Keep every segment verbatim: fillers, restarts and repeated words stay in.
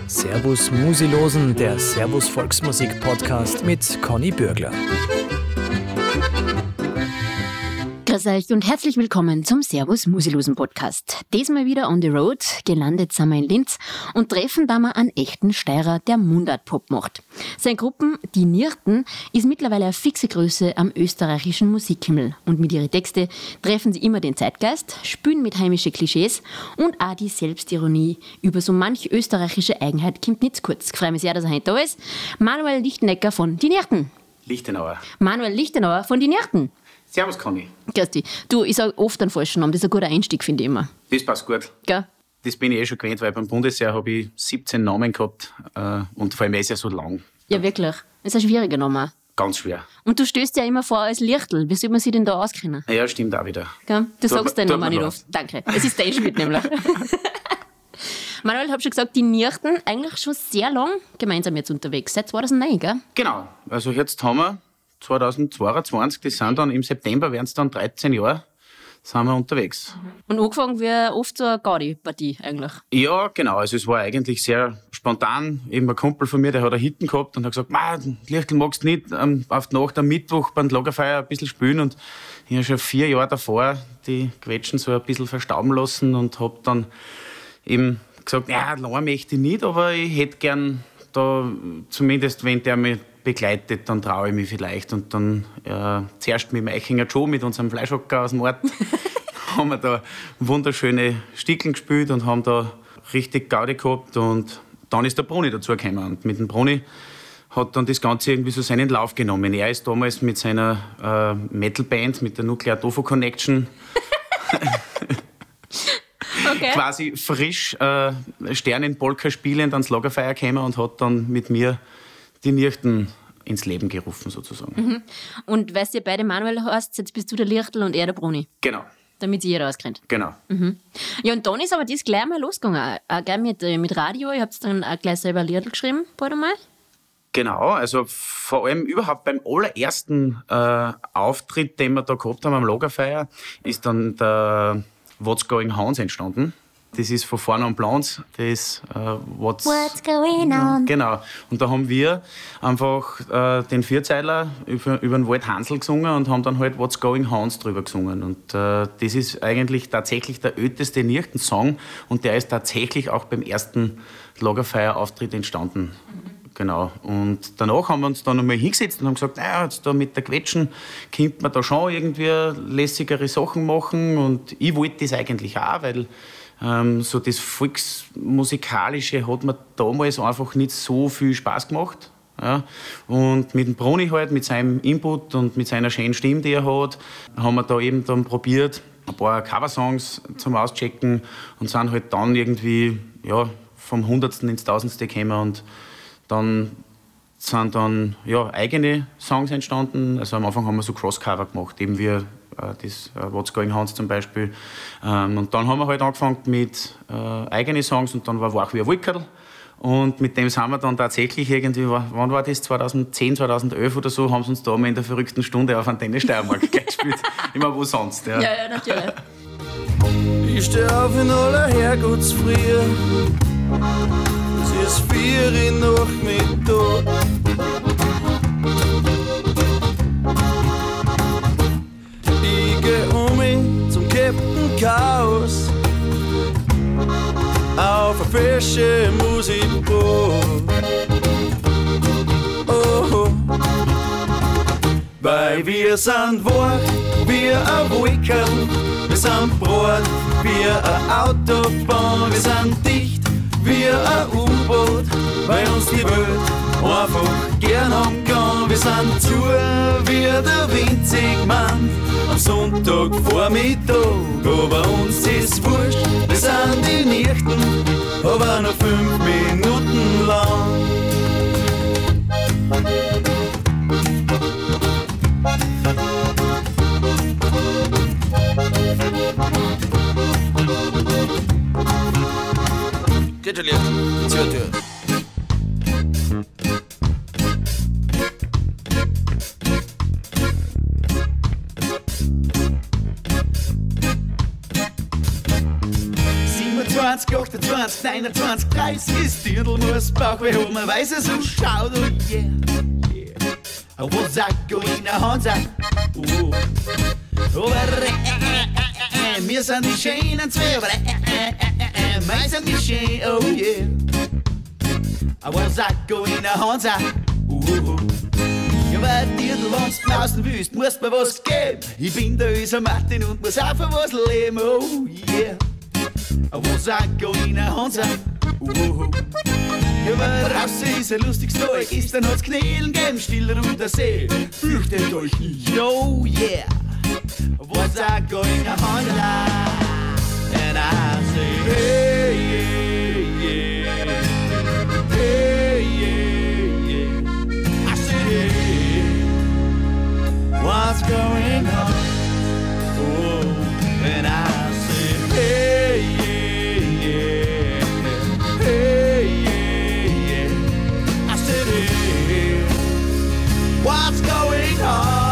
Servus Musilosen, der Servus Volksmusik Podcast mit Conny Bürgler. Grüß euch und herzlich willkommen zum Servus Musilosen Podcast. Diesmal wieder on the road, gelandet sind wir in Linz und treffen da mal einen echten Steirer, der Mundart-Pop macht. Seine Gruppen, die Nirten, ist mittlerweile eine fixe Größe am österreichischen Musikhimmel und mit ihren Texten treffen sie immer den Zeitgeist, spielen mit heimischen Klischees und auch die Selbstironie über so manch österreichische Eigenheit kommt nicht zu kurz. Ich freue mich sehr, dass er heute da ist. Manuel Lichtenecker von die Nirten. Lichtenauer. Manuel Lichtenauer von die Nirten. Servus, Conny. Grüß dich. Du, ich sage oft einen falschen Namen, das ist ein guter Einstieg, finde ich immer. Das passt gut. Gell? Das bin ich eh schon gewöhnt, weil beim Bundesheer habe ich siebzehn Namen gehabt äh, und vor allem ist ja so lang. Ja, wirklich. Das ist ein schwieriger Name. Ganz schwer. Und du stößt ja immer vor als Lichtl. Wie soll man sich denn da auskennen? Ja, stimmt auch wieder. Gell? Du Tut sagst mir- deinen tut Namen mir nicht leid. oft. Danke. Es ist dein Schmidt nämlich. Manuel, ich habe schon gesagt, die Nirten eigentlich schon sehr lang gemeinsam jetzt unterwegs. Seit zweitausendneun, gell? Genau. Also jetzt haben wir zweitausendzweiundzwanzig, das sind dann im September, werden es dann dreizehn Jahre, sind wir unterwegs. Und angefangen wie oft so eine Gaudi-Partie eigentlich. Ja, genau. Also es war eigentlich sehr spontan. Eben ein Kumpel von mir, der hat einen Hitten gehabt und hat gesagt, Ma, Lichtl, magst du nicht ähm, auf die Nacht am Mittwoch beim Lagerfeuer ein bisschen spielen? Und ich habe schon vier Jahre davor die Quetschen so ein bisschen verstauben lassen und habe dann eben gesagt, ja, allein möchte ich nicht, aber ich hätte gern da, zumindest wenn der mich begleitet, dann traue ich mich vielleicht. Und dann äh, zuerst mit dem Eichinger Joe, mit unserem Fleischhocker aus dem Ort, haben wir da wunderschöne Stickeln gespielt und haben da richtig Gaudi gehabt. Und dann ist der Bruni dazugekommen. Und mit dem Bruni hat dann das Ganze irgendwie so seinen Lauf genommen. Er ist damals mit seiner äh, Metalband, mit der Nuclear Tofu Connection, Okay. quasi frisch äh, Sternenpolka spielend ans Lagerfeuer gekommen und hat dann mit mir die Nirten ins Leben gerufen, sozusagen. Mhm. Und weißt du, ihr beide Manuel heißt, jetzt bist du der Lichtl und er der Bruni. Genau, Damit sich jeder auskennt. genau. Ja, und dann ist aber das gleich mal losgegangen. Auch gleich mit, äh, mit Radio. Ihr habt dann auch gleich selber Liedl geschrieben, bald einmal. Genau, also vor allem überhaupt beim allerersten äh, Auftritt, den wir da gehabt haben am Lagerfeuer, ist dann der What's Going Hans entstanden. Das ist von vorne am Plans, das äh, What's, What's going on? Genau. Und da haben wir einfach äh, den Vierzeiler über, über den Wald Hansel gesungen und haben dann halt What's Going Hans drüber gesungen. Und äh, das ist eigentlich tatsächlich der älteste Nirten-Song und der ist tatsächlich auch beim ersten Lagerfeuer-Auftritt entstanden. Genau. Und danach haben wir uns dann einmal hingesetzt und haben gesagt, naja, jetzt da mit der Quetschen könnte man da schon irgendwie lässigere Sachen machen. Und ich wollte das eigentlich auch, weil ähm, so das Volksmusikalische hat mir damals einfach nicht so viel Spaß gemacht. Ja. Und mit dem Bruni halt, mit seinem Input und mit seiner schönen Stimme, die er hat, haben wir da eben dann probiert, ein paar Coversongs zum Auschecken und sind halt dann irgendwie ja, vom Hundertsten ins Tausendste gekommen. Und dann sind dann ja, eigene Songs entstanden. Also am Anfang haben wir so Crosscover gemacht, eben wie äh, das äh, What's Going Hans zum Beispiel. Ähm, und dann haben wir halt angefangen mit äh, eigenen Songs und dann war Wach wie ein Wickerl. Und mit dem sind wir dann tatsächlich irgendwie, wann war das, zweitausendzehn, zweitausendelf oder so, haben sie uns da mal in der verrückten Stunde auf Antenne Steiermark gespielt. Immer wo sonst. Ja. Ja, ja, natürlich. Ich steh auf in aller Herrgottsfrühe. Es ist vier in Nachmittag. Ich geh um mich zum Captain Chaos auf eine frische Musikprobe. Oh, weil wir sind wach wie ein Wolken, wir sind breit wie ein Autobahn, wir sind dicht wie ein U-Boot, weil uns die Welt einfach gern haben kann. Wir sind zu wie der winzig Mann am Sonntagvormittag, aber uns ist wurscht, wir sind die Nirten, aber nur fünf Minuten lang. Gratuliert, it's your turn. siebenundzwanzig, achtundzwanzig, neunundzwanzig, dreißig ist Dirndl, muss Bauchweh haben, weil es so schaut, oh yeah, yeah. Was auch going on, sag, oh, oh, wir sind die schönen zwei, aber wir sind die schön, oh yeah. Was auch going on, sag, oh, ja, weil dir du wannst draußen willst, musst mir was geben. Ich bin der Öser Martin und muss auch für was leben, oh yeah. Was auch going on, sag, oh, ja, weil draußen ist ein lustiges Tag, gestern hat's Knälen gegeben, stiller unter See. Fürchtet euch nicht, oh yeah. What's that going on now? And I say, hey, yeah, yeah. Hey, yeah, yeah. I say, hey, what's going on? Oh, and I say, hey, yeah, yeah. Hey, yeah, yeah. I said, hey, what's going on?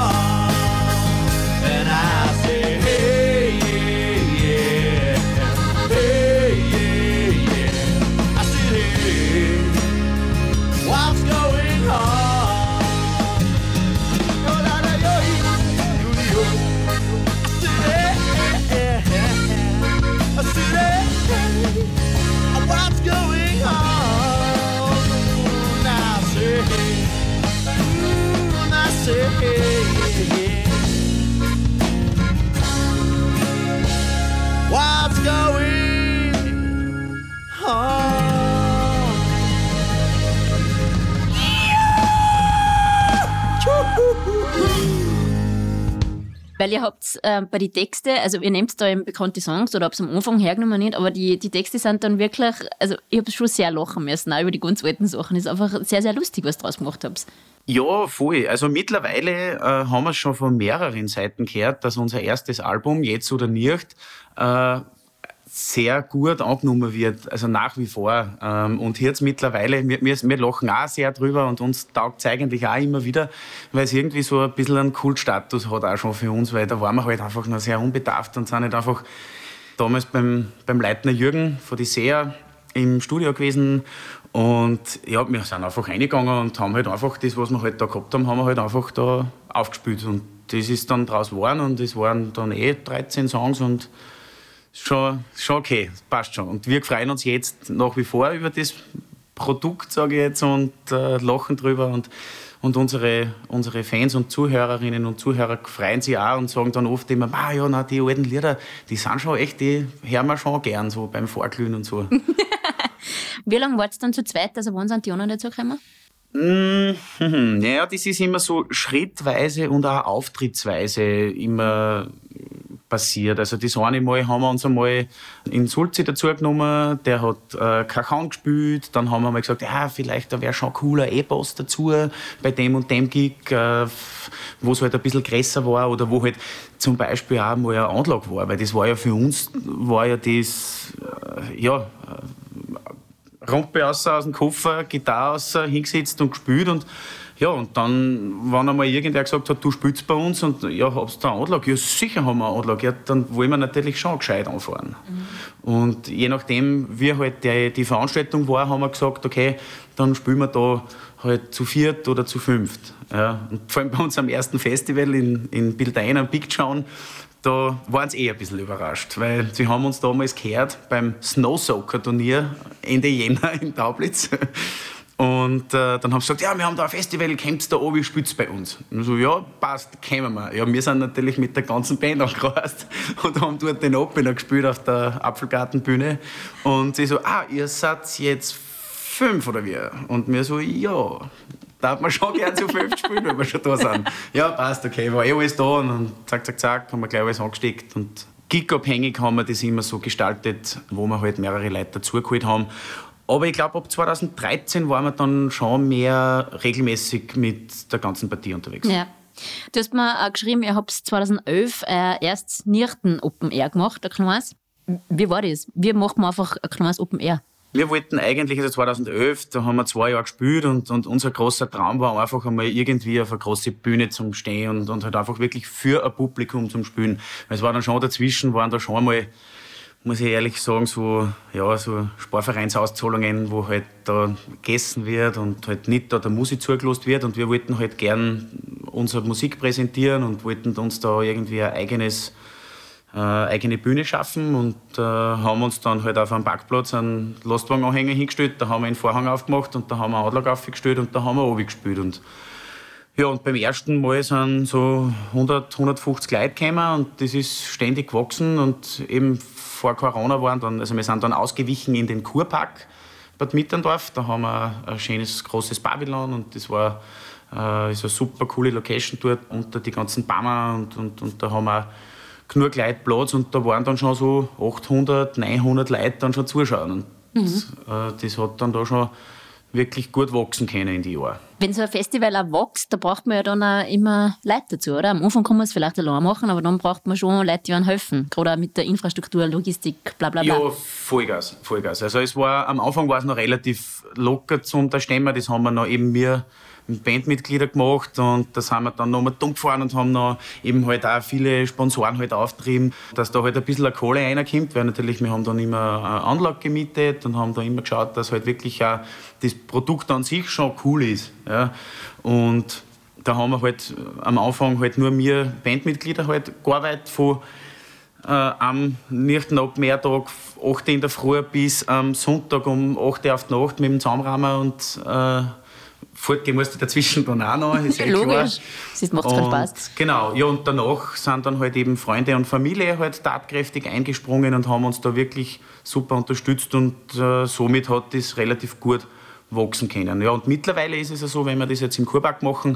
What's going on? Weil ihr habt äh, bei den Texten, also ihr nehmt da eben bekannte Songs oder habt es am Anfang hergenommen nicht, aber die, die Texte sind dann wirklich, also ich habe schon sehr lachen müssen, auch über die ganz alten Sachen. Es ist einfach sehr, sehr lustig, was ihr draus gemacht habt. Ja, voll. Also mittlerweile äh, haben wir es schon von mehreren Seiten gehört, dass unser erstes Album, Jetzt oder Nicht, äh, sehr gut angenommen wird, also nach wie vor. Ähm, und jetzt mittlerweile, wir, wir, wir lachen auch sehr drüber und uns taugt es eigentlich auch immer wieder, weil es irgendwie so ein bisschen einen Kultstatus hat auch schon für uns, weil da waren wir halt einfach noch sehr unbedarft und sind nicht einfach damals beim, beim Leitner Jürgen von die Seher im Studio gewesen. Und ja, wir sind einfach reingegangen und haben halt einfach das, was wir halt da gehabt haben, haben wir halt einfach da aufgespielt. Und das ist dann draus geworden und es waren dann eh dreizehn Songs und schon, schon okay, passt schon. Und wir freuen uns jetzt nach wie vor über das Produkt, sage ich jetzt, und äh, lachen drüber. Und, und unsere, unsere Fans und Zuhörerinnen und Zuhörer freuen sich auch und sagen dann oft immer, ah, ja, na, die alten Lieder, die sind schon echt, die hören wir schon gern, so beim Vorglühen und so. Wie lange war es dann zu zweit, also wann sind die anderen dazu gekommen? Mm, naja, das ist immer so schrittweise und auch auftrittsweise immer passiert. Also das eine Mal haben wir uns einmal in Sulzi dazu genommen, der hat äh, Cajon gespielt, dann haben wir mal gesagt, ja, vielleicht da wäre schon ein cooler E-Boss dazu bei dem und dem Gig, äh, wo es halt ein bisschen größer war oder wo halt zum Beispiel auch mal eine Anlage war, weil das war ja für uns, war ja das, äh, ja, Rumpe raus aus dem Koffer, Gitarre raus, hingesetzt und gespielt und ja, und dann, wenn einmal irgendwer gesagt hat, du spielst bei uns und ja, habst du eine Anlage? Ja, sicher haben wir eine Anlage. Ja, dann wollen wir natürlich schon gescheit anfahren. Mhm. Und je nachdem, wie halt die, die Veranstaltung war, haben wir gesagt, okay, dann spielen wir da halt zu viert oder zu fünft. Ja, und vor allem bei uns am ersten Festival in, in Bildain am Big Town, da waren sie eh ein bisschen überrascht, weil sie haben uns damals gehört beim Snow-Soaker-Turnier Ende Jänner in Taublitz. Und äh, dann haben sie gesagt, ja, wir haben da ein Festival, kommt da oben, spielt bei uns. Und so, ja, passt, kommen wir. Ja, wir sind natürlich mit der ganzen Band angereist und haben dort den Opener gespielt auf der Apfelgartenbühne. Und sie so, ah, ihr seid jetzt fünf oder wie? Und wir so, ja, da hat man schon gern zu fünf spielen, wenn wir schon da sind. Ja, passt, okay, war eh alles da und dann zack, zack, zack, haben wir gleich alles angesteckt. Und gigabhängig haben wir das immer so gestaltet, wo wir halt mehrere Leute dazugeholt haben. Aber ich glaube, ab zweitausenddreizehn waren wir dann schon mehr regelmäßig mit der ganzen Partie unterwegs. Ja. Du hast mir auch geschrieben, ihr habt zweitausendelf äh, erst Nirten Open Air gemacht, ein kleines. Wie war das? Wie macht man einfach ein kleines Open Air? Wir wollten eigentlich, also zweitausendelf, da haben wir zwei Jahre gespielt und, und unser großer Traum war einfach einmal irgendwie auf eine große Bühne zum Stehen und, und halt einfach wirklich für ein Publikum zum Spielen. Weil es war dann schon dazwischen, waren da schon einmal muss ich ehrlich sagen, so, ja, so Sportvereinsauszahlungen, wo halt da gegessen wird und halt nicht da der Musik zugelost wird. Und wir wollten halt gern unsere Musik präsentieren und wollten uns da irgendwie ein eigenes, äh, eigene Bühne schaffen und äh, haben uns dann halt auf einem Parkplatz einen Lastwagenanhänger hingestellt, da haben wir einen Vorhang aufgemacht und da haben wir einen Adler aufgestellt und da haben wir runtergespielt. Und ja, und beim ersten Mal sind so hundert, hundertfünfzig Leute gekommen und das ist ständig gewachsen und eben vor Corona waren dann, also wir sind dann ausgewichen in den Kurpark Bad Mitterndorf, da haben wir ein schönes, großes Babylon und das war äh, ist eine super coole Location dort unter die ganzen Bäume und, und, und da haben wir genug Leute Platz und da waren dann schon so achthundert, neunhundert Leute dann schon zuschauen und mhm. das, äh, das hat dann da schon wirklich gut wachsen können in die Jahre. Wenn so ein Festival auch wächst, da braucht man ja dann auch immer Leute dazu, oder? Am Anfang kann man es vielleicht allein machen, aber dann braucht man schon Leute, die einem helfen. Gerade auch mit der Infrastruktur, Logistik, bla bla bla. Ja, Vollgas, Vollgas. Also es war, am Anfang war es noch relativ locker zu unterstemmen. Das haben wir noch eben wir Bandmitglieder gemacht und da sind wir dann noch mal dumm gefahren und haben noch eben halt auch viele Sponsoren halt aufgetrieben, dass da halt ein bisschen eine Kohle reinkommt, weil natürlich wir haben dann immer eine Anlage gemietet und haben da immer geschaut, dass halt wirklich auch das Produkt an sich schon cool ist. Ja. Und da haben wir halt am Anfang halt nur wir Bandmitglieder halt gearbeitet, von äh, am Nirchten-Ab-Mehrtag, acht Uhr in der Früh bis am Sonntag um acht Uhr auf die Nacht mit dem Zaumrahmen und äh, fortgehen musste dazwischen dann auch noch, ist eh logisch, das macht keinen Spaß. Genau, ja, und danach sind dann halt eben Freunde und Familie halt tatkräftig eingesprungen und haben uns da wirklich super unterstützt und äh, somit hat das relativ gut wachsen können. Ja, und mittlerweile ist es ja so, wenn wir das jetzt im Kurpark machen,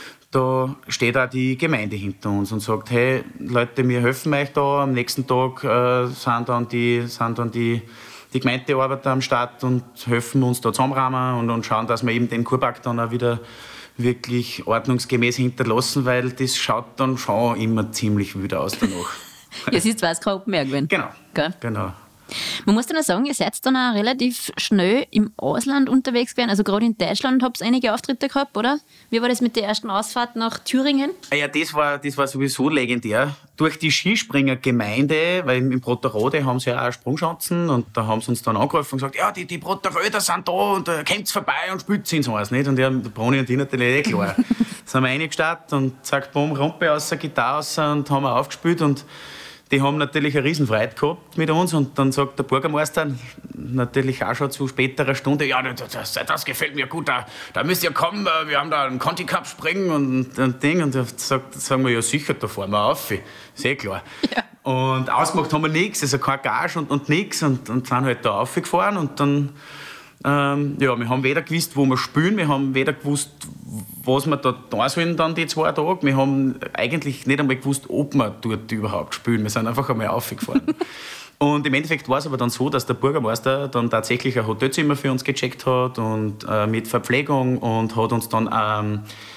da steht auch die Gemeinde hinter uns und sagt, hey Leute, wir helfen euch da, am nächsten Tag äh, sind dann die, sind dann die die Gemeindearbeiter am Start und helfen uns da zusammenrahmen und, und schauen, dass wir eben den Kurpark dann auch wieder wirklich ordnungsgemäß hinterlassen, weil das schaut dann schon immer ziemlich wüder aus danach. Ja, es ist zwar kein Open Air gewesen. Genau, Gell? genau. Man muss dann auch sagen, ihr seid dann auch relativ schnell im Ausland unterwegs gewesen. Also gerade in Deutschland habt ihr einige Auftritte gehabt, oder? Wie war das mit der ersten Ausfahrt nach Thüringen? Ja, das war, das war sowieso legendär. Durch die Skispringergemeinde, weil im Brotterode haben sie ja auch Sprungschanzen und da haben sie uns dann angerufen und gesagt, ja, die, die Brotteröder sind da und da kommt vorbei und spielt ins Haus, nicht? Und ja, der Broni und ich natürlich eh klar. Sind wir reingestartet und zack, bumm, Rumpe raus, Gitarre raus und haben wir aufgespielt und die haben natürlich eine Riesenfreude gehabt mit uns und dann sagt der Bürgermeister natürlich auch schon zu späterer Stunde, ja, das, das gefällt mir gut, da, da müsst ihr kommen, wir haben da einen Conti Cup springen und ein Ding und da sagt, sagen wir, ja sicher, da fahren wir auf, ist eh klar. Ja. Und ausgemacht haben wir nichts, also kein Gage und, und nichts und, und sind halt da aufgefahren und dann, ähm, ja, wir haben weder gewusst, wo wir spielen, wir haben weder gewusst, was wir da tun sollen dann die zwei Tage. Wir haben eigentlich nicht einmal gewusst, ob wir dort überhaupt spielen. Wir sind einfach einmal aufgefahren. Und im Endeffekt war es aber dann so, dass der Bürgermeister dann tatsächlich ein Hotelzimmer für uns gecheckt hat und äh, mit Verpflegung und hat uns dann ähm,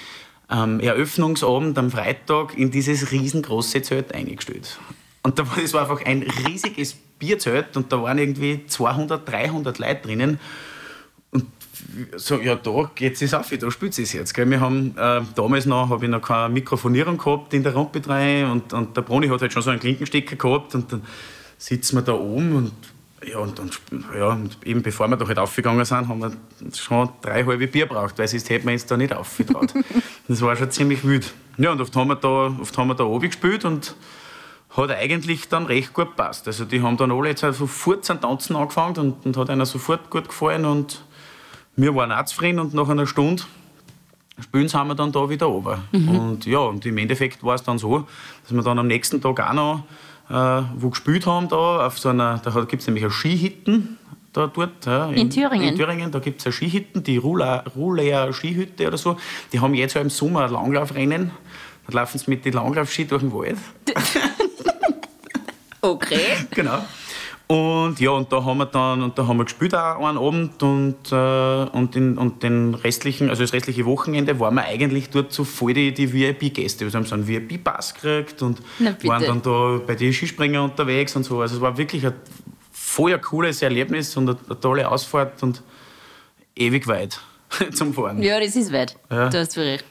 am Eröffnungsabend am Freitag in dieses riesengroße Zelt eingestellt. Und da war, das war einfach ein riesiges Bierzelt und da waren irgendwie zweihundert, dreihundert Leute drinnen. So, ja, da geht es auf, da spielt es jetzt. Gell? Wir haben, äh, damals noch, habe ich noch keine Mikrofonierung gehabt in der Rampe rein und, und der Broni hat halt schon so einen Klinkenstecker gehabt und dann sitzen wir da oben und ja, und, und, ja, und eben bevor wir da halt aufgegangen sind, haben wir schon drei halbe Bier gebraucht, weil sonst hätten wir uns da nicht aufgetraut. Das war schon ziemlich wild. Ja, und oft haben wir da, oft haben wir da oben gespielt und hat eigentlich dann recht gut gepasst. Also die haben dann alle jetzt sofort zum Tanzen angefangen und, und hat einer sofort gut gefallen und wir waren auch zufrieden und nach einer Stunde spielen sind wir dann da wieder runter. Mhm. Und ja, und im Endeffekt war es dann so, dass wir dann am nächsten Tag auch noch äh, wo gespielt haben, da, auf so einer, da gibt es nämlich eine Skihütten da dort. Ja, in, in Thüringen? In Thüringen, da gibt es eine Skihütten, die Ruleer Skihütte oder so. Die haben jetzt auch im Sommer ein Langlaufrennen. Da laufen sie mit den Langlaufski durch den Wald. Okay. Genau. Und ja, und da haben wir dann und da haben wir gespielt auch einen Abend und, äh, und, in, und den restlichen, also das restliche Wochenende waren wir eigentlich dort so voll die, die V I P-Gäste. Also haben so einen V I P-Pass gekriegt und waren dann da bei den Skispringer unterwegs und so. Also es war wirklich ein voll ein cooles Erlebnis und eine, eine tolle Ausfahrt und ewig weit zum Fahren. Ja, das ist weit. Ja. Du hast voll recht.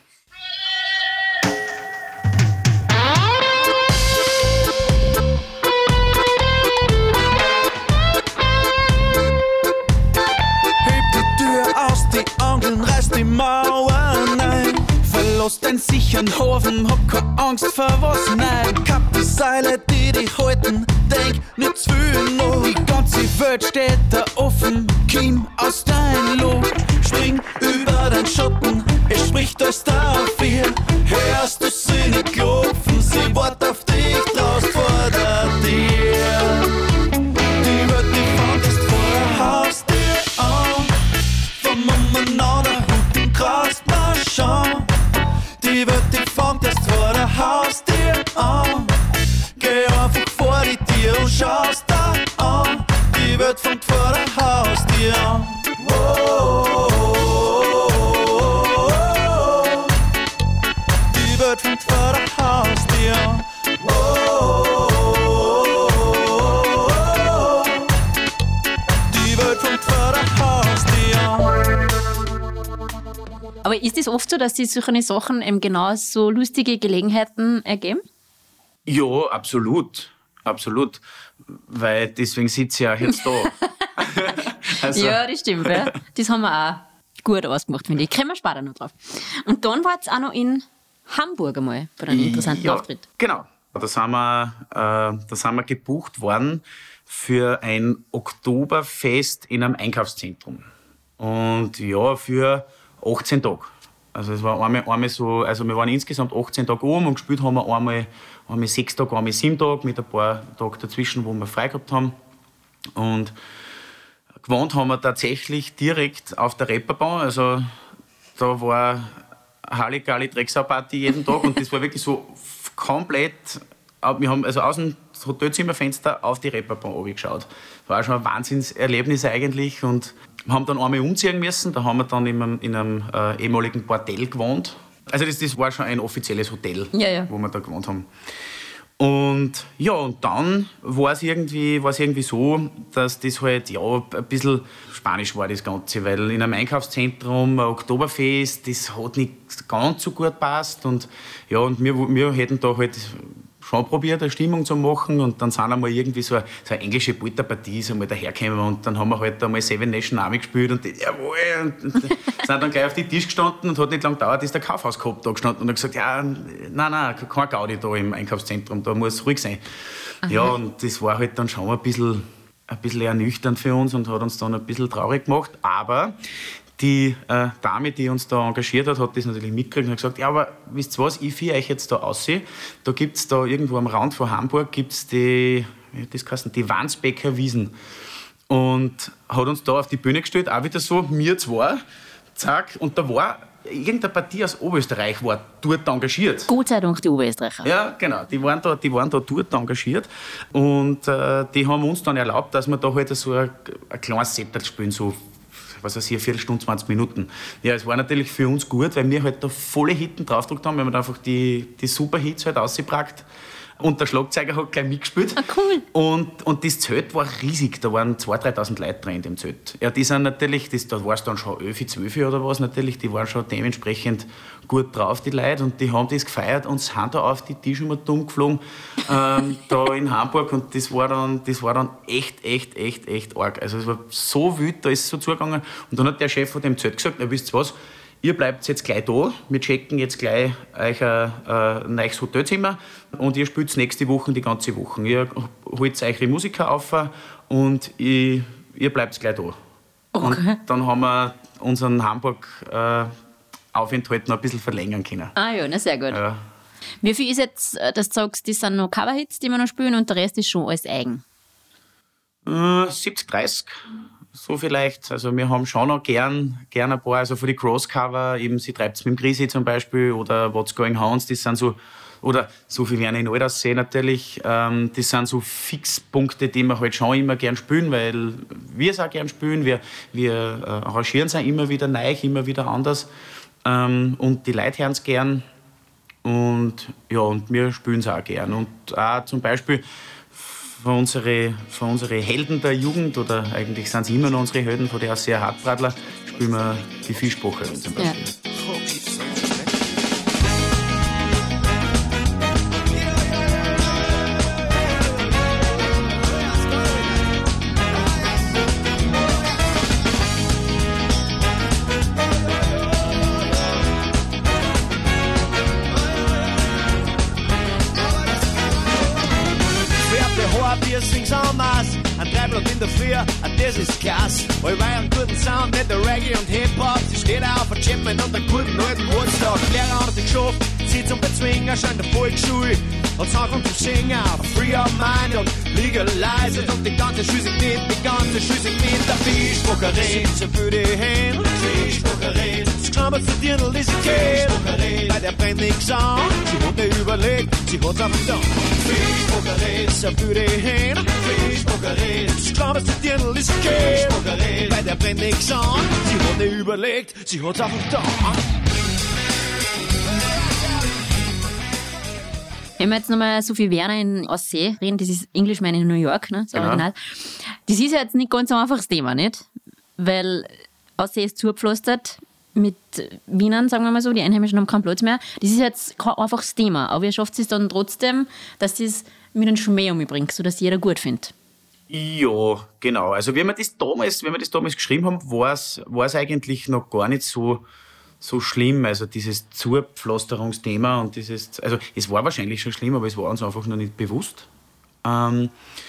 einen sicheren Hafen, hab keine Angst vor was, nein. Hab die Seile, die dich halten, denk nicht zu viel noch. Die ganze Welt steht da offen, komm aus dein Loch. Spring über deinen Schatten, es spricht alles dafür. Hörst du sie nicht klopfen, sie wart auf dich draußen vor der Tür. Die Welt, die fand ist vor der Haustür an. Von Mama an der Hut kraust mal schauen. Die Welt, die fand erst vor der Haustür an. Geh einfach vor die Tür und schaust da an. Die Welt fängt vor der Haustür an. Oh, die Welt fängt vor der Haustür an. Die Welt fängt vor der Haustür an. Aber ist es oft so, dass sich solche Sachen eben genau so lustige Gelegenheiten ergeben? Ja, absolut. Absolut. Weil deswegen sitze ich ja jetzt da. Also. Ja, das stimmt. Ja. Das haben wir auch gut ausgemacht, finde ich. Kommen wir später noch drauf. Und dann war es auch noch in Hamburg einmal bei einem interessanten ja, Auftritt. Genau. Da sind, wir, äh, da sind wir gebucht worden für ein Oktoberfest in einem Einkaufszentrum. Und ja, für achtzehn Tage. Also es war einmal, einmal so, also wir waren insgesamt achtzehn Tage oben und gespielt haben wir einmal, einmal sechs Tage, einmal sieben Tage mit ein paar Tagen dazwischen, wo wir frei gehabt haben. Und gewohnt haben wir tatsächlich direkt auf der Reeperbahn. Also da war Halligalli Drecksau-Party jeden Tag und das war wirklich so komplett. Wir haben also aus dem Hotelzimmerfenster auf die Reeperbahn runtergeschaut. Das war schon ein Wahnsinnserlebnis eigentlich und haben dann einmal umziehen müssen. Da haben wir dann in einem, in einem äh, ehemaligen Bordell gewohnt. Also das, das war schon ein offizielles Hotel, ja, ja. wo wir da gewohnt haben. Und ja, und dann war es irgendwie, war's irgendwie so, dass das halt ja, ein bisschen spanisch war, das Ganze. Weil in einem Einkaufszentrum, ein Oktoberfest, das hat nicht ganz so gut gepasst. Und ja, und wir, wir hätten da halt schon probiert, eine Stimmung zu machen. Und dann sind einmal irgendwie so eine, so eine englische Polterpartie so mal dahergekommen. Und dann haben wir halt einmal Seven Nation Army gespielt. Und die, jawohl, und, und sind dann gleich auf den Tisch gestanden. Und hat nicht lange gedauert, ist der Kaufhauskorb da gestanden. Und hat gesagt, ja, nein, nein, kein Gaudi da im Einkaufszentrum, da muss ruhig sein. Aha. Ja, und das war halt dann schon ein bisschen, ein bisschen ernüchternd für uns und hat uns dann ein bisschen traurig gemacht. Aber die äh, Dame, die uns da engagiert hat, hat das natürlich mitgekriegt und hat gesagt, ja, aber wisst ihr was, ich führe euch jetzt da raus. Da gibt es da irgendwo am Rand von Hamburg gibt's die, wie hat das geheißen, die Wandsbecker Wiesen. Und hat uns da auf die Bühne gestellt, auch wieder so, mir zwei, zack, und da war irgendeine Partie aus Oberösterreich war dort engagiert. Gott sei Dank die Oberösterreicher. Ja, genau, die waren da, die waren da dort engagiert und äh, die haben uns dann erlaubt, dass wir da halt so ein, ein kleines Set spielen, so was weiß ich, eine Viertelstunde, zwanzig Minuten. Ja, es war natürlich für uns gut, weil wir halt da volle Hitten draufgedrückt haben, weil wir einfach die, die Super-Hits halt ausgebracht. Und der Schlagzeuger hat gleich mitgespielt. Ah, cool. Und, und das Zelt war riesig, da waren zweitausend, dreitausend Leute drin in dem Zelt. Ja, die sind natürlich, das, da war es dann schon elf, zwölf oder was natürlich, die waren schon dementsprechend gut drauf, die Leute, und die haben das gefeiert und sind da auf die Tische immer dumm geflogen, ähm, da in Hamburg, und das war, dann, das war dann echt, echt, echt, echt arg. Also es war so wild, da ist es so zugegangen. Und dann hat der Chef von dem Zelt gesagt, na, wisst ihr was, ihr bleibt jetzt gleich da, wir checken jetzt gleich euch ein, ein neues Hotelzimmer und ihr spielt nächste Woche die ganze Woche. Ihr holt eure Musiker auf und ich, ihr bleibt gleich da. Okay. Und dann haben wir unseren Hamburg-Aufenthalt äh, noch ein bisschen verlängern können. Ah ja, na sehr gut. Ja. Wie viel ist jetzt, dass du sagst, das sind noch Coverhits, die wir noch spielen, und der Rest ist schon alles eigen? Äh, siebzig dreißig. So vielleicht. Also wir haben schon noch gern, gern ein paar, also für die Crosscover, eben Sie treibt's mit dem Grisi zum Beispiel oder What's Going Hounds, das sind so, oder so viel werden in Alters sehen natürlich, ähm, das sind so Fixpunkte, die wir halt schon immer gern spielen, weil wir es auch gern spielen, wir, wir äh, arrangieren es auch immer wieder neu, immer wieder anders, ähm, und die Leute hören es gern und ja, und wir spielen es auch gern. Und auch zum Beispiel von unseren von unsere Helden der Jugend, oder eigentlich sind es immer noch unsere Helden, von der sehr Hartbradler, spielen wir die Fischbrocherin zum Beispiel. Ja. nichts anderes. Ein Dreiblatt in der Früh, das ist klasse. Allweil einen guten Sound, nicht der Reggae und Hip-Hop. Sie steht auf ein Chipman und einen guten alten Woodstock. Lehrer hat sich geschafft, sie zum Bezwinger, schon in der Volksschule. Hat's angefangen zu singen, free of mind und legalize it. Und die ganze Schüssel mit, die ganze Schüssel mit der Fischspuckerei. So für die Hände, Fischspuckerei. Das klammert zu dir, ist okay. Bei der brennt nix an, sie hat nicht überlegt, sie hat's auf dem Damm. Fischspuckerei, so für die Hände, Fischspuckerei. Das klammert zu dir, ist okay. Bei der brennt nix an, sie hat nicht überlegt, sie hat's auf dem Damm. Wenn wir jetzt nochmal Sophie Werner in Aussee reden, das ist Englishman in New York, ne? So genau. Original. Das ist ja jetzt nicht ganz ein einfaches Thema, nicht? Weil Aussee ist zugepflastert mit Wienern, sagen wir mal so, die Einheimischen haben keinen Platz mehr. Das ist jetzt kein einfaches Thema, aber ihr schafft es dann trotzdem, dass das mit einem Schmäh umbringt, sodass jeder gut findet. Ja, genau. Also wenn wir das damals, wenn wir das damals geschrieben haben, war es, war es eigentlich noch gar nicht so, so schlimm. Also dieses Zupflasterungsthema und dieses, also es war wahrscheinlich schon schlimm, aber es war uns einfach noch nicht bewusst. Ähm,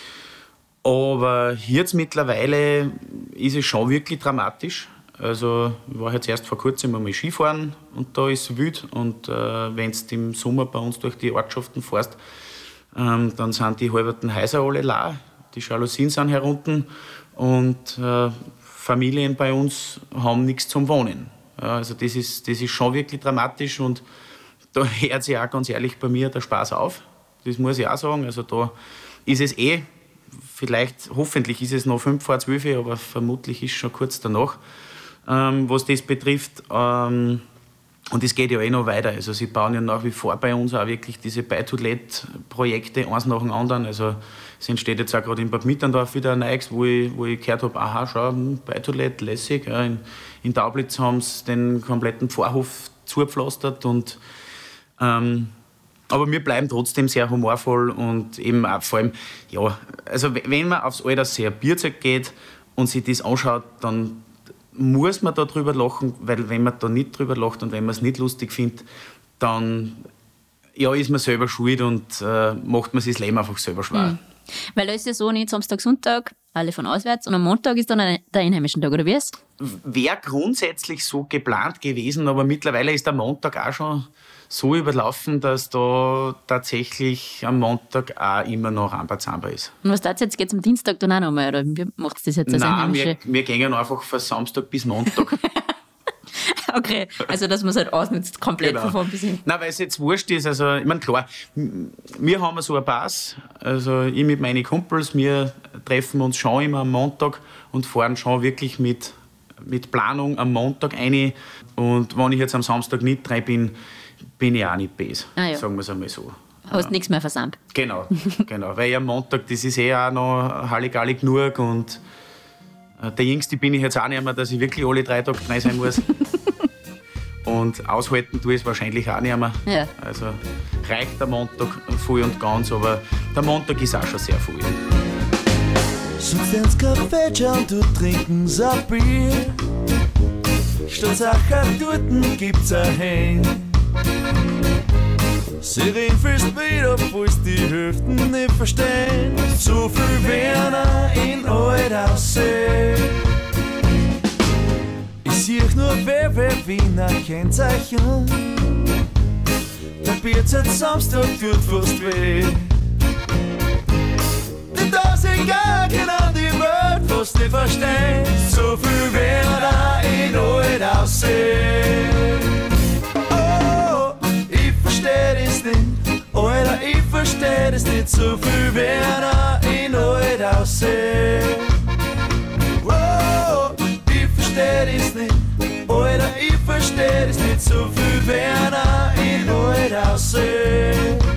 aber jetzt mittlerweile ist es schon wirklich dramatisch. Also ich war jetzt erst vor kurzem einmal Skifahren und da ist es wild. Und äh, wenn du im Sommer bei uns durch die Ortschaften fährst, ähm, dann sind die halberten Häuser alle leer. Die Jalousien sind herunten und äh, Familien bei uns haben nichts zum Wohnen. Ja, also das ist, das ist schon wirklich dramatisch und da hört sich auch ganz ehrlich bei mir der Spaß auf. Das muss ich auch sagen. Also da ist es eh, vielleicht, hoffentlich ist es noch fünf vor zwölf, aber vermutlich ist es schon kurz danach, ähm, was das betrifft. Ähm, und es geht ja eh noch weiter. Also sie bauen ja nach wie vor bei uns auch wirklich diese Buy-to-Let-Projekte, eins nach dem anderen. Also es entsteht jetzt auch gerade in Bad Mitterndorf wieder ein neues, wo ich, wo ich gehört habe, aha, schau, Buy-to-Let, lässig. Ja, in, in Daublitz haben sie den kompletten Pfarrhof zugepflastert. Und, ähm, aber wir bleiben trotzdem sehr humorvoll und eben auch vor allem, ja, also wenn man aufs Altersseer Bierzeg geht und sich das anschaut, dann muss man da drüber lachen, weil wenn man da nicht drüber lacht und wenn man es nicht lustig findet, dann ja, ist man selber schuld und äh, macht man sich das Leben einfach selber schwer. Mhm. Weil da ist ja so nicht Samstag, Sonntag, alle von auswärts und am Montag ist dann ein, der einheimischen Tag, oder wie ist? Wäre grundsätzlich so geplant gewesen, aber mittlerweile ist der Montag auch schon so überlaufen, dass da tatsächlich am Montag auch immer noch Rambazamba ist. Und was das jetzt? Geht es am Dienstag dann auch nochmal? Oder wie macht es das jetzt als Nein, Einheimische? wir, wir gehen einfach von Samstag bis Montag. Okay, also dass man es halt ausnutzt, komplett Genau. von vorn bis hin. Nein, weil es jetzt wurscht ist. Also, ich meine, klar, wir haben so einen Pass. Also, ich mit meinen Kumpels, wir treffen uns schon immer am Montag und fahren schon wirklich mit, mit Planung am Montag rein. Und wenn ich jetzt am Samstag nicht dran bin, bin ich auch nicht böse. Ah, ja. Sagen wir es einmal so. Hast ja. nichts mehr versandt. Genau, genau. Weil am Montag, das ist eh auch noch Halligalli genug. Und äh, der Jüngste bin ich jetzt auch nicht mehr, dass ich wirklich alle drei Tage dran sein muss. Und aushalten tue ich es wahrscheinlich auch nicht mehr. Ja. Also reicht der Montag voll und ganz, aber der Montag ist auch schon sehr voll. Sitzt ins Café und du trinken so Bier. Statt Sacher dorten gibt's ein Hang. Sie reden fürs Bier, obwohl die Hälften nicht verstehen. So viel Werner in Alt Aussee. Ich sieh nur wer, wer Wiener Kennzeichen. Der Bierzeit Samstag tut fast weh. Die tausend Gaggen an die Welt fast nicht verstehen. So viel Werner in Alt Aussee. Oh, ich versteh das nicht. Alter, ich versteh das nicht. So viel Werner in Alt Aussee. Oh, ich versteh das nicht. Alter, ich versteh das nicht. So viel Werner in Alt Aussee.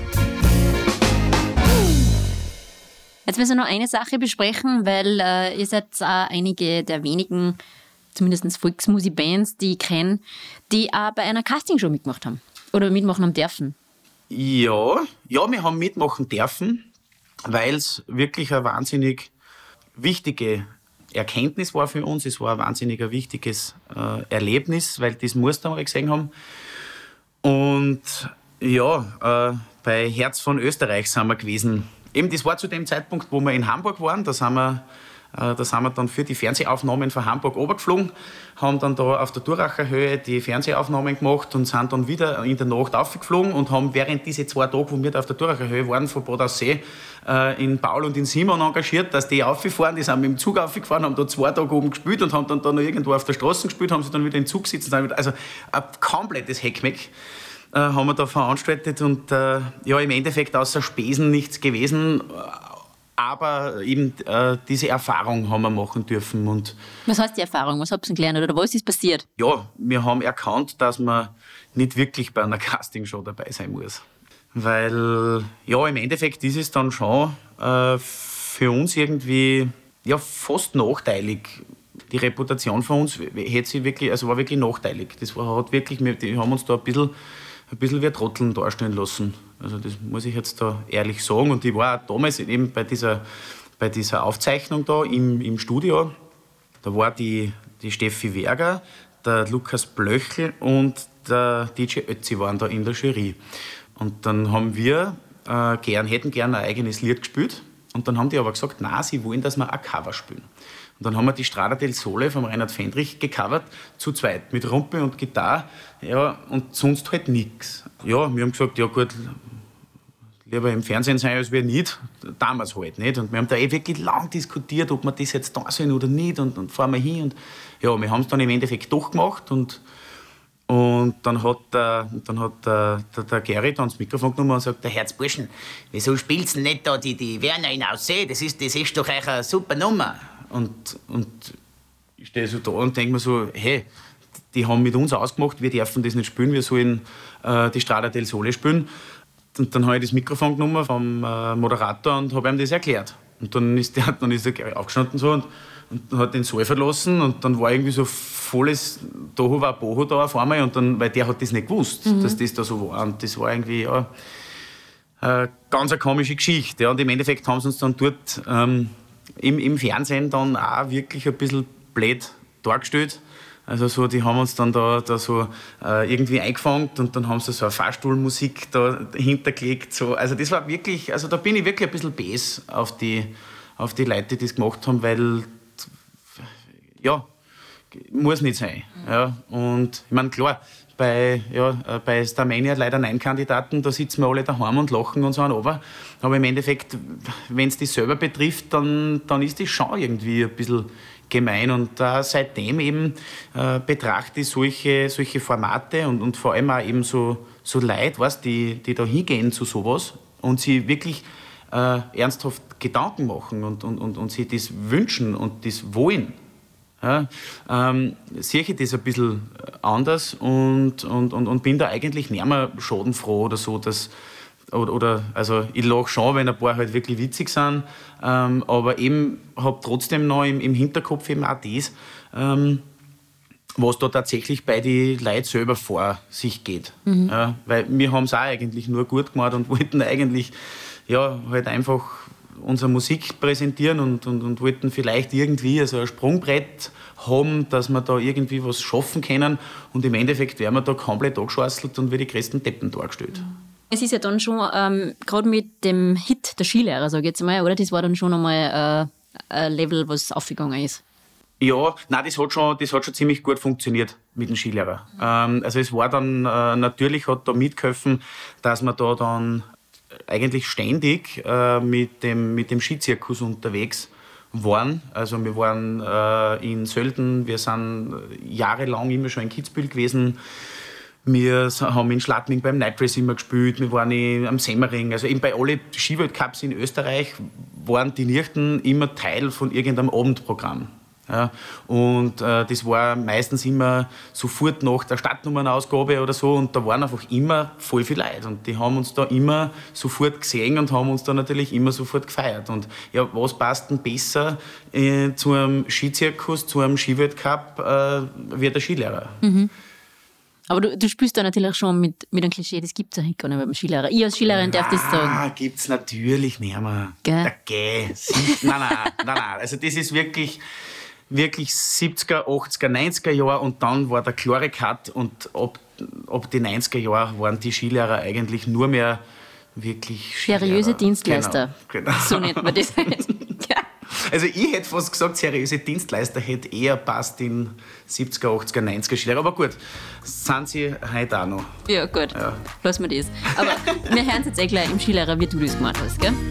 Jetzt müssen wir noch eine Sache besprechen, weil äh, ihr seid auch einige der wenigen, zumindest Volksmusik-Bands, die ich kenne, die auch bei einer Castingshow mitgemacht haben. Oder mitmachen haben dürfen. Ja, ja, wir haben mitmachen dürfen, weil es wirklich eine wahnsinnig wichtige Erkenntnis war für uns. Es war ein wahnsinnig wichtiges äh, Erlebnis, weil das musst du einmal gesehen haben. Und ja, äh, bei Herz von Österreich sind wir gewesen eben das war zu dem Zeitpunkt, wo wir in Hamburg waren. Da sind wir, äh, da sind wir dann für die Fernsehaufnahmen von Hamburg runtergeflogen, haben dann da auf der Duracher Höhe die Fernsehaufnahmen gemacht und sind dann wieder in der Nacht aufgeflogen und haben während diese zwei Tage, wo wir da auf der Duracher Höhe waren, von Bad Aussee, äh, in Paul und in Simon engagiert, dass die aufgefahren, die sind mit dem Zug aufgefahren, haben da zwei Tage oben gespielt und haben dann da noch irgendwo auf der Straße gespielt, haben sie dann wieder in den Zug sitzen. Also ein komplettes Heckmeck äh, haben wir da veranstaltet und äh, ja, im Endeffekt außer Spesen nichts gewesen. Aber eben äh, diese Erfahrung haben wir machen dürfen. Und was heißt die Erfahrung? Was habt ihr gelernt oder was ist passiert? ja, wir haben erkannt, dass man nicht wirklich bei einer Castingshow dabei sein muss. Weil, ja, im Endeffekt ist es dann schon äh, für uns irgendwie ja, fast nachteilig. Die Reputation von uns hätte sie wirklich, also war wirklich nachteilig. Das war, hat wirklich, wir die haben uns da ein bisschen, ein bisschen wie Trotteln darstellen lassen. Also das muss ich jetzt da ehrlich sagen. Und ich war auch damals eben bei dieser, bei dieser Aufzeichnung da im, im Studio. Da war die, die Steffi Werger, der Lukas Blöchel und der D J Ötzi waren da in der Jury. Und dann haben wir äh, gern, hätten gern ein eigenes Lied gespielt. Und dann haben die aber gesagt, nein, sie wollen, dass wir ein Cover spielen. Und dann haben wir die Strada del Sole vom Reinhard Fendrich gecovert, zu zweit, mit Rumpe und Gitarre, ja, und sonst halt nichts. Ja, wir haben gesagt, ja gut, lieber im Fernsehen sein als wir nicht, damals halt nicht. Und wir haben da eh wirklich lang diskutiert, ob wir das jetzt da sollen oder nicht und, und fahren wir hin. Und ja, wir haben es dann im Endeffekt doch gemacht und Und dann hat, der, dann hat der, der, der Gerrit ans Mikrofon genommen und sagt, der Herzburschen, wieso spielst du nicht da die, die Werner in Aussee? Das ist, das ist doch eigentlich eine super Nummer. Und, und ich stehe so da und denke mir so, hey, die haben mit uns ausgemacht, wir dürfen das nicht spielen, wir sollen äh, die Strada del Sole spielen. Und dann habe ich das Mikrofon genommen vom äh, Moderator und habe ihm das erklärt. Und dann ist der, dann ist der Gerrit aufgestanden so und und hat den Saal verlassen und dann war irgendwie so volles Tohu war Bohu da auf einmal und dann, weil der hat das nicht gewusst, mhm. dass das da so war und das war irgendwie ja, eine ganz eine komische Geschichte. Ja. Und im Endeffekt haben sie uns dann dort ähm, im, im Fernsehen dann auch wirklich ein bisschen blöd dargestellt. Also so, die haben uns dann da, da so äh, irgendwie eingefangen und dann haben sie so eine Fahrstuhlmusik da hintergelegt. So. Also das war wirklich, also da bin ich wirklich ein bisschen bäs auf die, auf die Leute, die das gemacht haben, weil ja, muss nicht sein. Ja. Und ich meine, klar, bei, ja, bei Starmania leider Nein-Kandidaten, da sitzen wir alle daheim und lachen uns an runter. Aber im Endeffekt, wenn es dich selber betrifft, dann, dann ist das schon irgendwie ein bisschen gemein. Und äh, seitdem eben äh, betrachte ich solche, solche Formate und, und vor allem auch eben so, so Leute, weißt, die, die da hingehen zu sowas und sie wirklich äh, ernsthaft Gedanken machen und, und, und, und sich das wünschen und das wollen. Ja, ähm, sehe ich das ein bisschen anders und, und, und, und bin da eigentlich nicht mehr schadenfroh oder so. Dass, oder, oder, also ich lache schon, wenn ein paar halt wirklich witzig sind, ähm, aber eben habe trotzdem noch im, im Hinterkopf eben auch das, ähm, was da tatsächlich bei den Leuten selber vor sich geht. Mhm. Ja, weil wir haben es auch eigentlich nur gut gemacht und wollten eigentlich ja, halt einfach unsere Musik präsentieren und, und, und wollten vielleicht irgendwie also ein Sprungbrett haben, dass wir da irgendwie was schaffen können. Und im Endeffekt werden wir da komplett angeschwasselt und wie die größten Deppen dargestellt. Es ist ja dann schon, ähm, gerade mit dem Hit der Skilehrer, sage ich jetzt mal, oder? Das war dann schon einmal äh, ein Level, was aufgegangen ist. Ja, nein, das hat schon, das hat schon ziemlich gut funktioniert mit dem Skilehrer. Mhm. Ähm, also es war dann, äh, natürlich hat da mitgeholfen, dass wir da dann eigentlich ständig äh, mit, dem, mit dem Skizirkus unterwegs waren. Also wir waren äh, in Sölden, wir sind jahrelang immer schon in Kitzbühel gewesen. Wir haben in Schladming beim Night Race immer gespielt, wir waren in, am Semmering. Also eben bei allen Skiweltcups in Österreich waren die Nichten immer Teil von irgendeinem Abendprogramm. Ja, und äh, das war meistens immer sofort nach der Stadtnummernausgabe oder so und da waren einfach immer voll viele Leute und die haben uns da immer sofort gesehen und haben uns da natürlich immer sofort gefeiert. Und ja, was passt denn besser äh, zu einem Skizirkus, zu einem Skiweltcup äh, wie der Skilehrer? Mhm. Aber du, du spielst da natürlich schon mit, mit einem Klischee, das gibt es ja gar nicht beim Skilehrer. Ich als Skilehrerin darf das sagen. Ah, gibt es natürlich nicht mehr. Gell? Der Gäh. Nein, nein, nein, nein. Also das ist wirklich... wirklich siebziger, achtziger, neunziger Jahre und dann war der klare Cut und ab, ab die neunziger Jahre waren die Skilehrer eigentlich nur mehr wirklich Seriöse Skilehrer. Dienstleister. Genau, genau. So nennt man das halt. Ja. Also ich hätte fast gesagt, seriöse Dienstleister hätte eher passt in siebziger, achtziger, neunziger Skilehrer. Aber gut, sind sie heute auch noch. Ja, gut. Ja. Lass mir das. Aber wir hören es jetzt eh gleich im Skilehrer, wie du das gemacht hast, gell?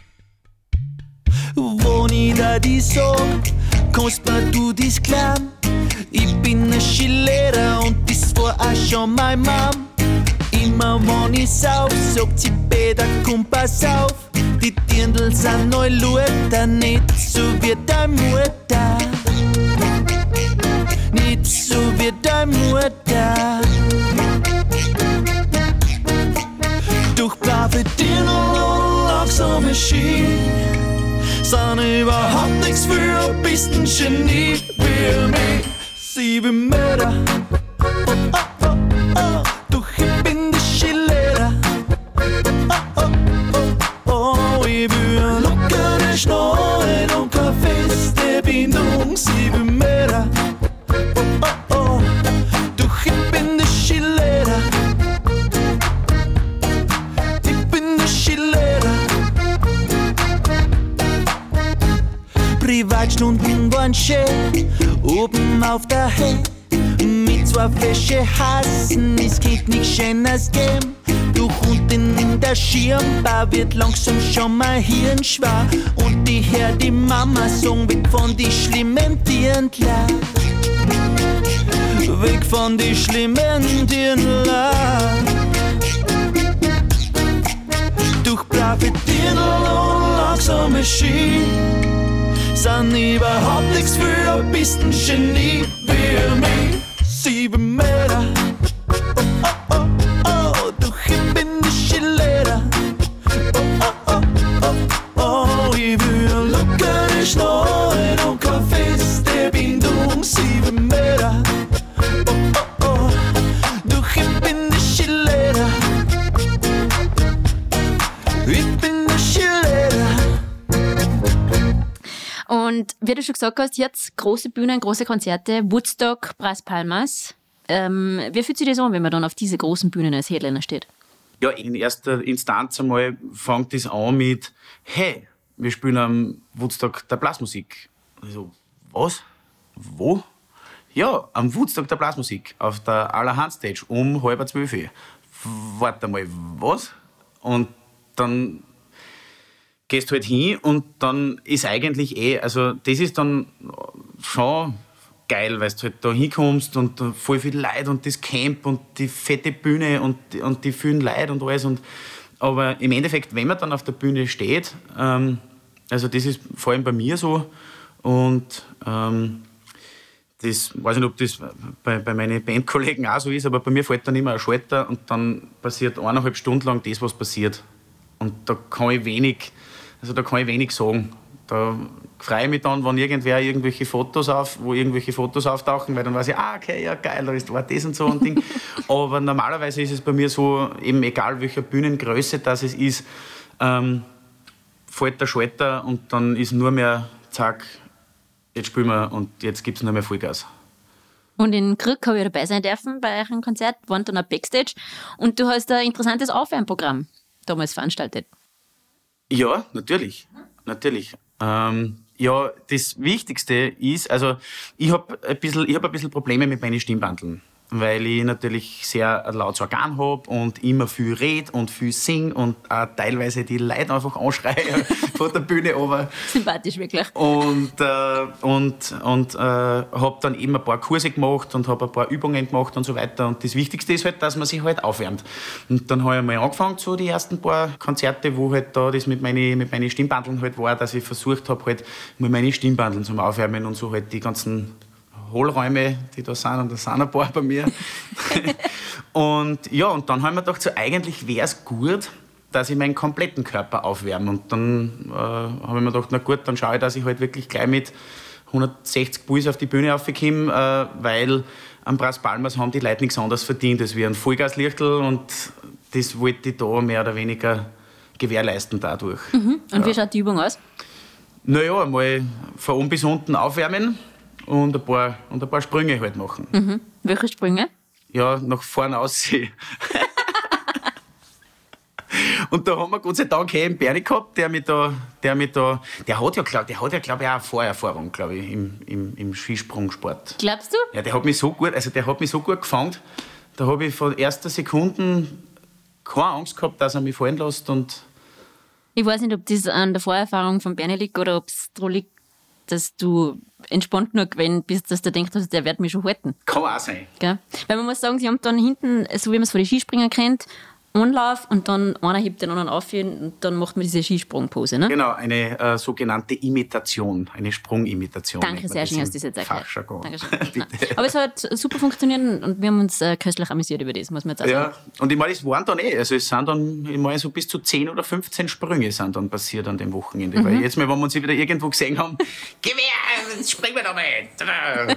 Wenn ich da die sag, kannst mir du das glauben. Ich bin ein Skilehrer und das war auch schon meine Mom. Immer wenn ich sauf, sagt sie, Peter, komm, pass auf. Die Dirndl sind neu Lutter, nicht so wie deine Mutter. Nicht so wie deine Mutter. Durch brave Dirndl und langsame Ski sind überhaupt nichts für ein bisschen Genie wie mich. Sieben Meter, oh, oh, oh, oh, doch ich bin der Skilehrer. Oh, oh, oh, oh, ich will lockere Schneid und keine feste Bindung. Sieben Meter, oh, oh, oh, doch ich bin der Skilehrer. Ich bin der Skilehrer. Privatstunden waren schön, oben auf der Höhe. Mit zwei Fische hassen, es geht nichts Schönes geben. Doch unten in der Schirmbar wird langsam schon mal Hirn schwer. Und ich hör die Mama sagen, weg von die schlimmen Dirndler. Weg von die schlimmen Dirndler. Durch brave Dirndl und langsame Ski sind überhaupt nichts für ein bisschen Genie wie mich. Sieben Meter, oh, oh, oh, oh, doch ich bin der Skilehrer. Oh, oh, oh, oh, oh, ich will lockere Schneid und keine feste Bindung. Sieben Meter, oh, oh, oh, doch ich bin der Skilehrer. Ich bin der Skilehrer. Und wie du schon gesagt hast, jetzt große Bühnen, große Konzerte, Woodstock, Bras Palmas. Ähm, wie fühlt sich das an, wenn man dann auf diese großen Bühnen als Headliner steht? Ja, in erster Instanz einmal fängt das an mit, hey, wir spielen am Woodstock der Blasmusik. Also, was? Wo? Ja, am Woodstock der Blasmusik, auf der Allerhand-Stage um halb zwölf Uhr. Warte mal, was? Und dann gehst halt hin und dann ist eigentlich eh, also das ist dann schon geil, weil du halt da hinkommst und voll viel Leute und das Camp und die fette Bühne und, und die vielen Leute und alles. Und, aber im Endeffekt, wenn man dann auf der Bühne steht, ähm, also das ist vor allem bei mir so und ähm, das weiß nicht, ob das bei, bei meinen Bandkollegen auch so ist, aber bei mir fällt dann immer ein Schalter und dann passiert eineinhalb Stunden lang das, was passiert. Und da kann ich wenig, also da kann ich wenig sagen. Da freue ich mich dann, wenn irgendwer irgendwelche Fotos auf, wo irgendwelche Fotos auftauchen, weil dann weiß ich, ah, okay, ja geil, da ist war das und so ein Ding. Aber normalerweise ist es bei mir so, eben egal welcher Bühnengröße das es ist, ähm, fällt der Schalter und dann ist nur mehr, zack, jetzt spielen wir und jetzt gibt es nur mehr Vollgas. Und in Krück habe ich dabei sein dürfen bei eurem Konzert, waren dann auch Backstage und du hast ein interessantes Aufwärmprogramm damals veranstaltet. Ja, natürlich, natürlich. Ähm, ja, das Wichtigste ist, also ich habe ein bisschen, ich hab ein bisschen Probleme mit meinen Stimmbandeln, weil ich natürlich sehr ein lautes Organ habe und immer viel rede und viel singe und auch teilweise die Leute einfach anschreie von der Bühne runter. Sympathisch, wirklich. Und, äh, und, und äh, habe dann eben ein paar Kurse gemacht und habe ein paar Übungen gemacht und so weiter. Und das Wichtigste ist halt, dass man sich halt aufwärmt. Und dann habe ich mal angefangen, so die ersten paar Konzerte, wo halt da das mit meinen mit meine Stimmbandeln halt war, dass ich versucht habe, halt mit meinen Stimmbandeln zum Aufwärmen und so halt die ganzen Hohlräume, die da sind, und da sind ein paar bei mir. Und ja, und dann haben wir gedacht, so, eigentlich wäre es gut, dass ich meinen kompletten Körper aufwärme. Und dann äh, habe ich mir gedacht, na gut, dann schaue ich, dass ich halt wirklich gleich mit hundertsechzig Puls auf die Bühne raufkomme, äh, weil am Bras Palmas haben die Leute nichts anderes verdient als wie ein Vollgaslichtel und das wollte ich da mehr oder weniger gewährleisten dadurch. Mhm. Und ja. Wie schaut die Übung aus? Naja, mal von oben bis unten aufwärmen und ein paar, und ein paar Sprünge halt machen. Mhm. Welche Sprünge? Ja, nach vorne aussehen. Und da haben wir Gott sei Dank einen Bernie gehabt, der mich da, der mich da, der hat ja, glaub, der hat ja, glaube ich, auch eine Vorerfahrung, glaube ich, im, im, im Skisprungsport. Glaubst du? Ja, der hat mich so gut, also der hat mich so gut gefangen, da habe ich von erster Sekunde keine Angst gehabt, dass er mich fallen lässt. Und Ich weiß nicht, ob das an der Vorerfahrung von Bernie liegt oder ob es daran liegt, dass du entspannt genug gewesen bist, dass du denkst, der wird mich schon halten. kann auch sein. Gell? Weil man muss sagen, sie haben dann hinten, so wie man es von den Skispringern kennt, Anlauf und dann einer hebt den anderen auf und dann macht man diese Skisprungpose. Ne? Genau, eine äh, sogenannte Imitation, eine Sprungimitation. Danke sehr schön, hast du das jetzt erklärt. Fachjargon. Dankeschön. Aber es hat super funktioniert und wir haben uns äh, köstlich amüsiert über das, muss man jetzt auch sagen. Ja, und ich meine, es waren dann eh, also es sind dann, ich meine, so bis zu zehn oder fünfzehn Sprünge sind dann passiert an dem Wochenende. Mhm. Weil jetzt mal, wenn wir uns wieder irgendwo gesehen haben, Gewehr, jetzt springen wir da mal.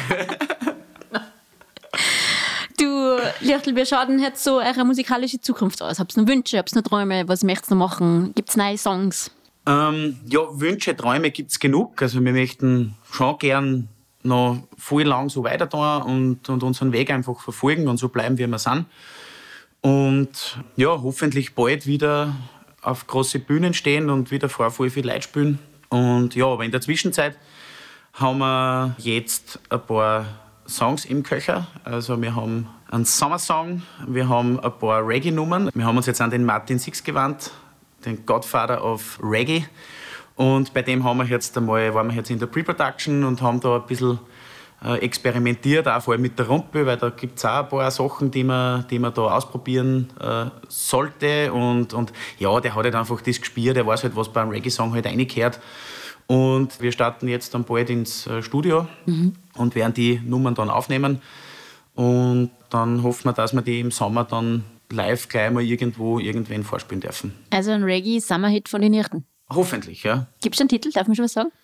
Du, Lichtl, wie schaut denn jetzt so eure musikalische Zukunft aus? Habt ihr noch Wünsche, habt ihr noch Träume, was möchtet ihr noch machen? Gibt es neue Songs? Ähm, ja, Wünsche, Träume gibt es genug. Also wir möchten schon gern noch viel lang so weiter da und, und unseren Weg einfach verfolgen und so bleiben, wie wir sind. Und ja, hoffentlich bald wieder auf große Bühnen stehen und wieder vor voll viel Leute spielen. Und ja, aber in der Zwischenzeit haben wir jetzt ein paar Songs im Köcher. Also wir haben einen Sommersong, wir haben ein paar Reggae-Nummern. Wir haben uns jetzt an den Martin Six gewandt, den Godfather of Reggae. Und bei dem haben wir jetzt einmal, waren wir jetzt in der Pre-Production und haben da ein bisschen äh, experimentiert, auch vor allem mit der Rumpe, weil da gibt es auch ein paar Sachen, die man, die man da ausprobieren äh, sollte. Und, und ja, der hat halt einfach das gespielt, der weiß halt, was beim Reggae-Song halt reingehört. Und wir starten jetzt dann bald ins Studio mhm. und werden die Nummern dann aufnehmen. Und dann hoffen wir, dass wir die im Sommer dann live gleich mal irgendwo irgendwen vorspielen dürfen. Also ein Reggae-Summer-Hit von den Hirten? Hoffentlich, ja. Gibt es einen Titel? Darf man schon was sagen?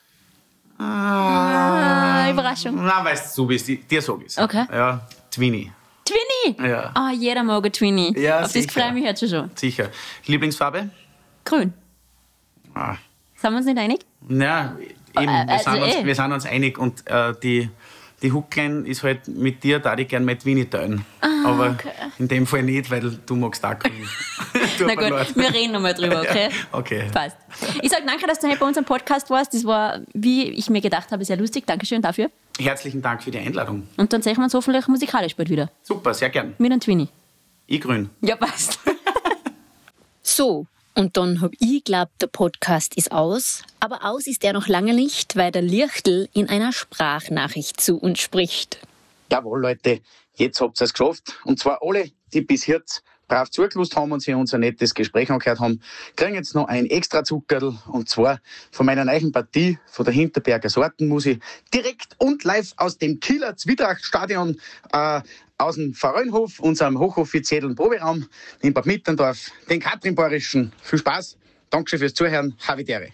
Ah, ah Überraschung. Na, weißt du, so bist dir sag ich's. Okay. Ja, Twinny. Twinny? Ja. Ah, jeder mag ein Twinny. Ja, auf sicher. das freue ich mich jetzt schon schon. Sicher. Lieblingsfarbe? Grün. Ah. Sind wir uns nicht einig? Ja, eben, Äh, wir, also sind uns, eh. wir sind uns einig und äh, die, die Hookline ist halt mit dir, da ich gerne mit Twinny teilen. Ah, aber okay. in dem Fall nicht, weil du magst auch grün. Na gut, wir reden nochmal drüber, okay? Okay. Passt. Ich sage danke, dass du heute bei unserem Podcast warst. Das war, wie ich mir gedacht habe, sehr lustig. Dankeschön dafür. Herzlichen Dank für die Einladung. Und dann sehen wir uns hoffentlich musikalisch bald wieder. Super, sehr gern. Mit einem Twinny. Ich grün. Ja, passt. So, und dann hab ich geglaubt, der Podcast ist aus. Aber aus ist er noch lange nicht, weil der Lichtl in einer Sprachnachricht zu uns spricht. Jawohl, Leute, jetzt habt ihr es geschafft. Und zwar alle, die bis jetzt brav zugelassen haben und sich unser nettes Gespräch angehört haben, kriegen jetzt noch ein extra Zuckerl. Und zwar von meiner neuen Partie, von der Hinterberger Sortenmusik, direkt und live aus dem Kieler Zwietracht-Stadion, äh, aus dem Verröhnhof, unserem hochoffiziellen Proberaum in Bad Mitterndorf, den Katrinborischen. Viel Spaß, Dankeschön fürs Zuhören, Havidere.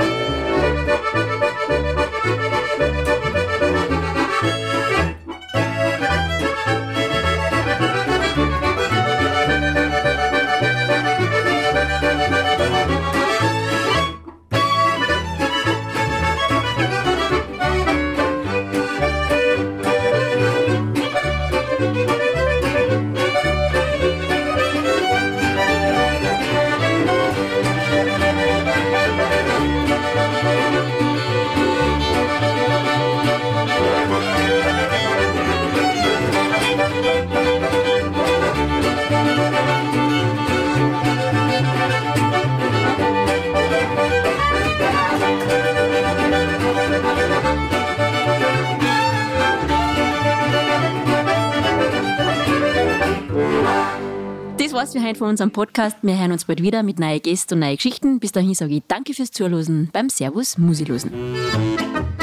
Das war's für heute von unserem Podcast. Wir hören uns bald wieder mit neuen Gästen und neuen Geschichten. Bis dahin sage ich danke fürs Zuhören beim Servus Musilosen.